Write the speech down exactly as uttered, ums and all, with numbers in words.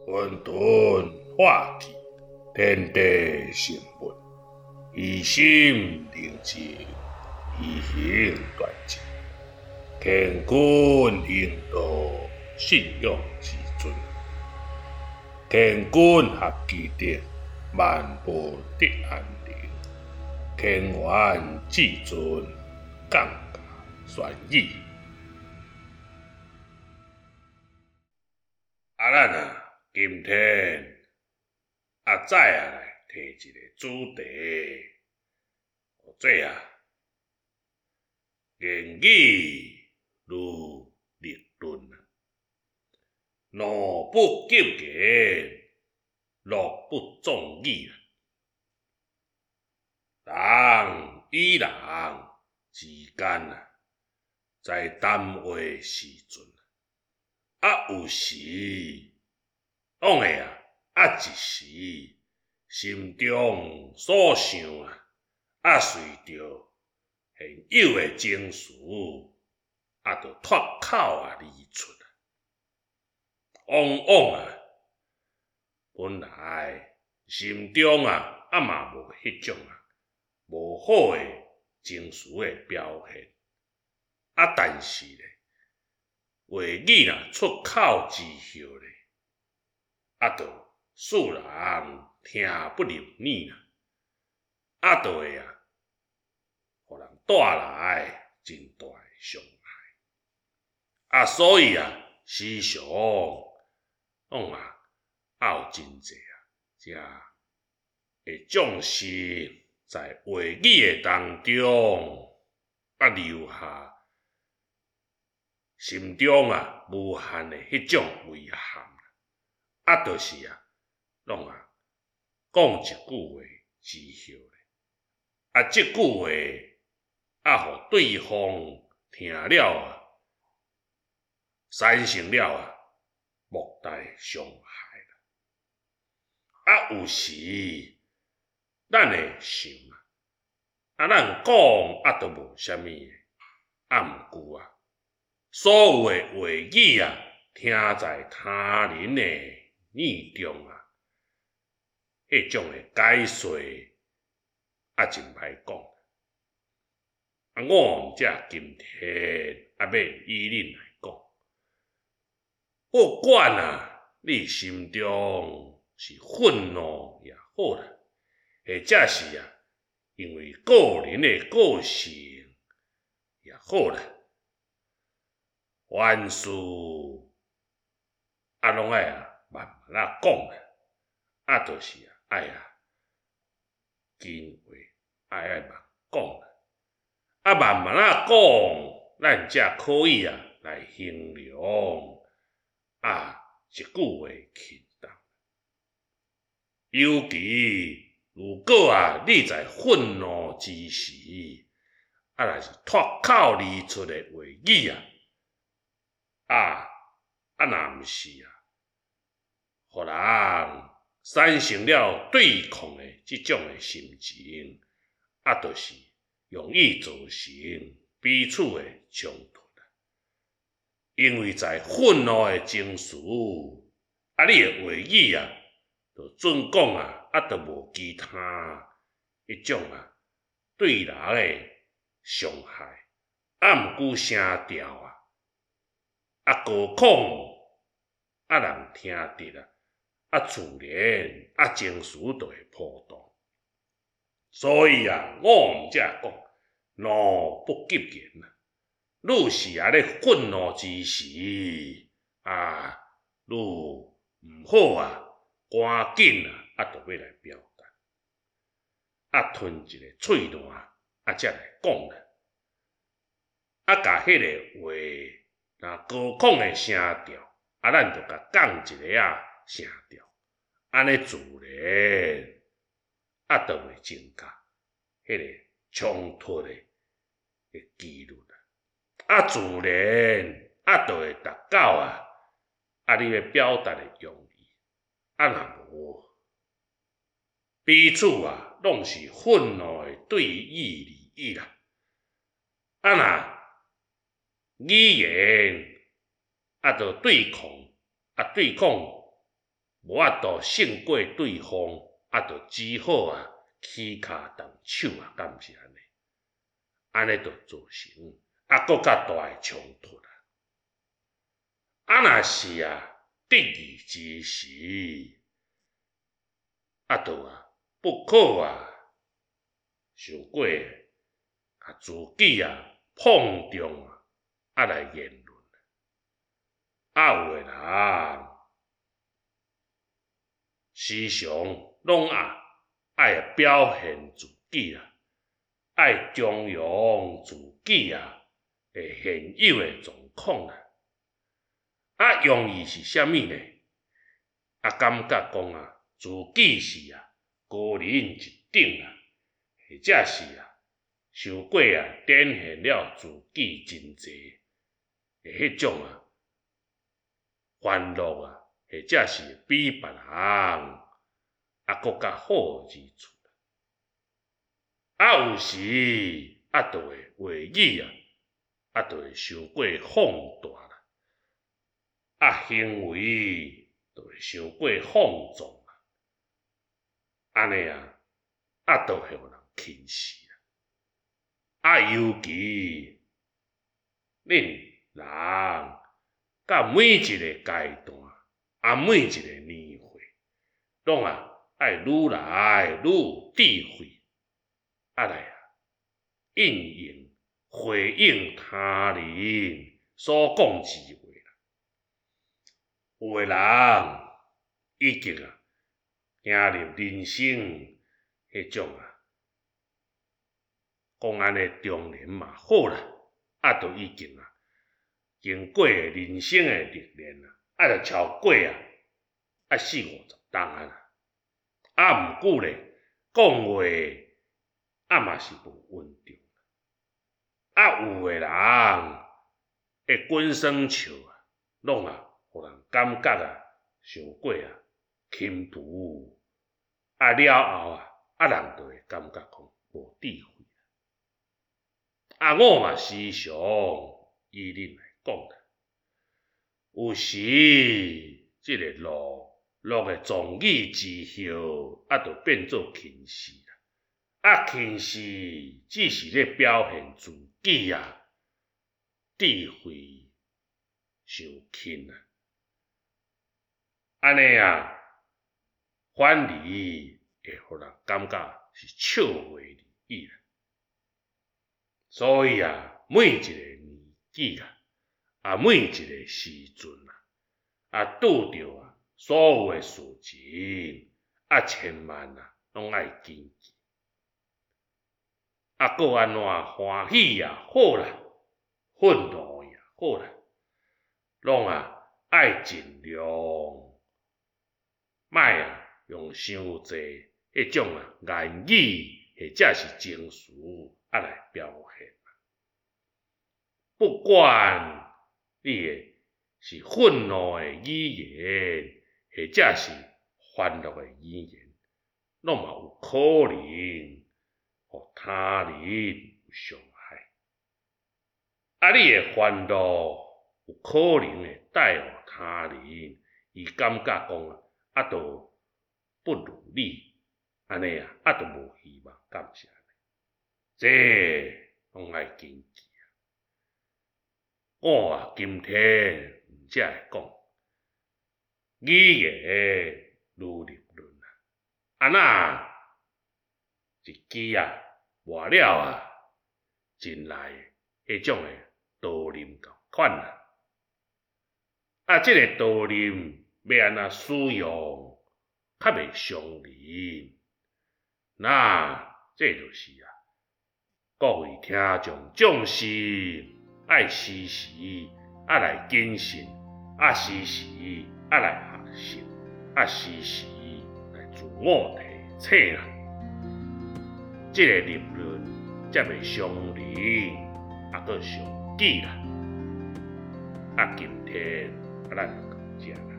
混沌化气，天地成物，以心宁静，以行断尽，乾坤应道，信用之尊。乾坤合其德，万物得安宁。乾元至尊，降价旋意。啊，咱啊，今天啊再啊来提一个主题，做啊言语如逆论啊，怒不及言，怒不纵语啊。人与人之间啊，在谈话时阵啊，有时讲诶啊，啊一时心中所想啊，啊随着现有诶情绪啊，就脱口啊而出啊。往往啊，本来心中啊，啊嘛无迄种啊无好诶情绪诶表现，啊，但是咧。话语若出口之后咧，啊，就使人听不入耳啦，啊，就会啊，互人带来真大诶伤害。啊，所以啊，时常讲啊，啊有真济啊，遮会重视在话语诶当中啊留下。心中啊，无限的迄种遗憾，啊，就是啊，拢啊，讲一句话之后咧，啊，即句话啊，互对方听了啊，产生了啊，莫大伤害啦。啊，有时咱会想啊，啊，咱讲啊，都无啥物，啊，毋过啊。所有诶话语啊，听在他人诶耳中啊，迄种诶解说啊，真歹讲。啊，我毋则今天啊，要以恁来讲，不管啊，你心中是愤怒也好啦，或者是啊，因为个人诶个性也好啦。凡事啊，拢爱啊慢慢啊讲啊，啊，就是啊爱啊紧话爱爱慢讲啊，啊慢慢啊讲，咱才可以啊来形容啊一句话轻重。尤其如果啊你在愤怒之时，啊若是脱口而出的话语啊。啊，啊，若毋是啊，互人产生了对抗的即种的心情，啊，就是容易造成彼此的冲突啊。因为在愤怒的情绪，啊，你的话语啊，就准讲啊，啊，都无其他一种啊对人的伤害，啊，毋过声调啊。啊，高亢啊，人听得啊，啊，自然啊，情绪就会波动。所以啊，我毋则讲，怒不及言啊。愈是啊咧愤怒之时啊，愈毋好啊，赶紧啊，啊，就要来表达，啊，吞一个喙烂啊，则来讲啦，啊，甲迄个话。若高亢的声调，啊，咱就甲降一个啊声调，安尼自然啊，就会增加迄个冲突的的几率啦。啊，自然啊，就会达到啊，啊，你要表达的用意，啊，若无彼此啊，拢是愤怒的对义利益啦，啊，若语言啊，就对抗啊，对抗无法度胜过对方，啊，就只好啊起骹动手啊，敢毋是安尼？安尼就造成啊搁较大诶冲突啊。啊，若是啊得意之时，啊，就啊不可啊想过啊自己啊碰中啊啊来言论。啊，有诶人时常拢啊爱表现自己啊，爱张扬自己啊诶现有诶状况啊。啊，用意是啥物呢？啊，感觉讲啊，自己是啊高人一等啊，或者是啊受过啊展现了自己真济诶迄种啊欢乐啊，或者是比别人啊搁较好之处。啊，有时啊，就会话语啊，啊，就会伤过放大啦。啊，行为就会伤过放纵啊，安尼啊，啊，都会互人轻视啊。啊，尤其恁人甲每一个阶段，啊，每一个年岁，拢啊爱愈来愈有智慧，啊来啊应用回应他人所讲之话。有诶人已经啊，行入人生迄种啊，讲安尼中年嘛好啦，啊，都已经啊，经过人生诶历练啊，啊，就超过啊，啊四五十档啊啦，啊，毋过咧，讲话啊嘛是无稳定，啊，有诶人会滚生笑啊，拢啊。互人感觉啊，伤过啊轻浮，啊了后啊，啊人就会感觉讲无智慧。啊，我嘛时常以恁来讲啦，有时即个路路诶撞语之后，啊，就变做轻视啦。啊，轻视只是咧表现自己啊智慧伤轻啊。安尼啊，反而会互人感觉是笑话而已啦。所以啊，每一个年纪啊，啊每一个时阵啊，啊拄着啊所有诶事情，啊千万啊拢爱坚持。啊，搁安怎欢喜也好啦，愤怒也好啦，拢啊爱尽量。莫啊，用伤济迄种啊言语或者是情绪啊来表现。不管你诶是愤怒诶语言，或者是欢乐诶语言，拢嘛有可能互他人有伤害。啊，你诶烦恼有可能会带互他人，伊感觉讲啊。啊，都不如你安尼啊，啊，都无希望，敢是安尼？这拢爱坚持啊！我啊，今天才会讲语言如立论啊，啊那一支啊，活了啊，进来迄种诶道理共款啊，啊，即、这个道理。要安怎使用，较袂伤人。那这就是啊，各位听众重视，爱时时啊来谨慎，啊时时啊来学习，啊时时来自我提醒啦。这个立论才袂伤人，啊，搁伤己啦。啊，今天啊，咱就到这啦。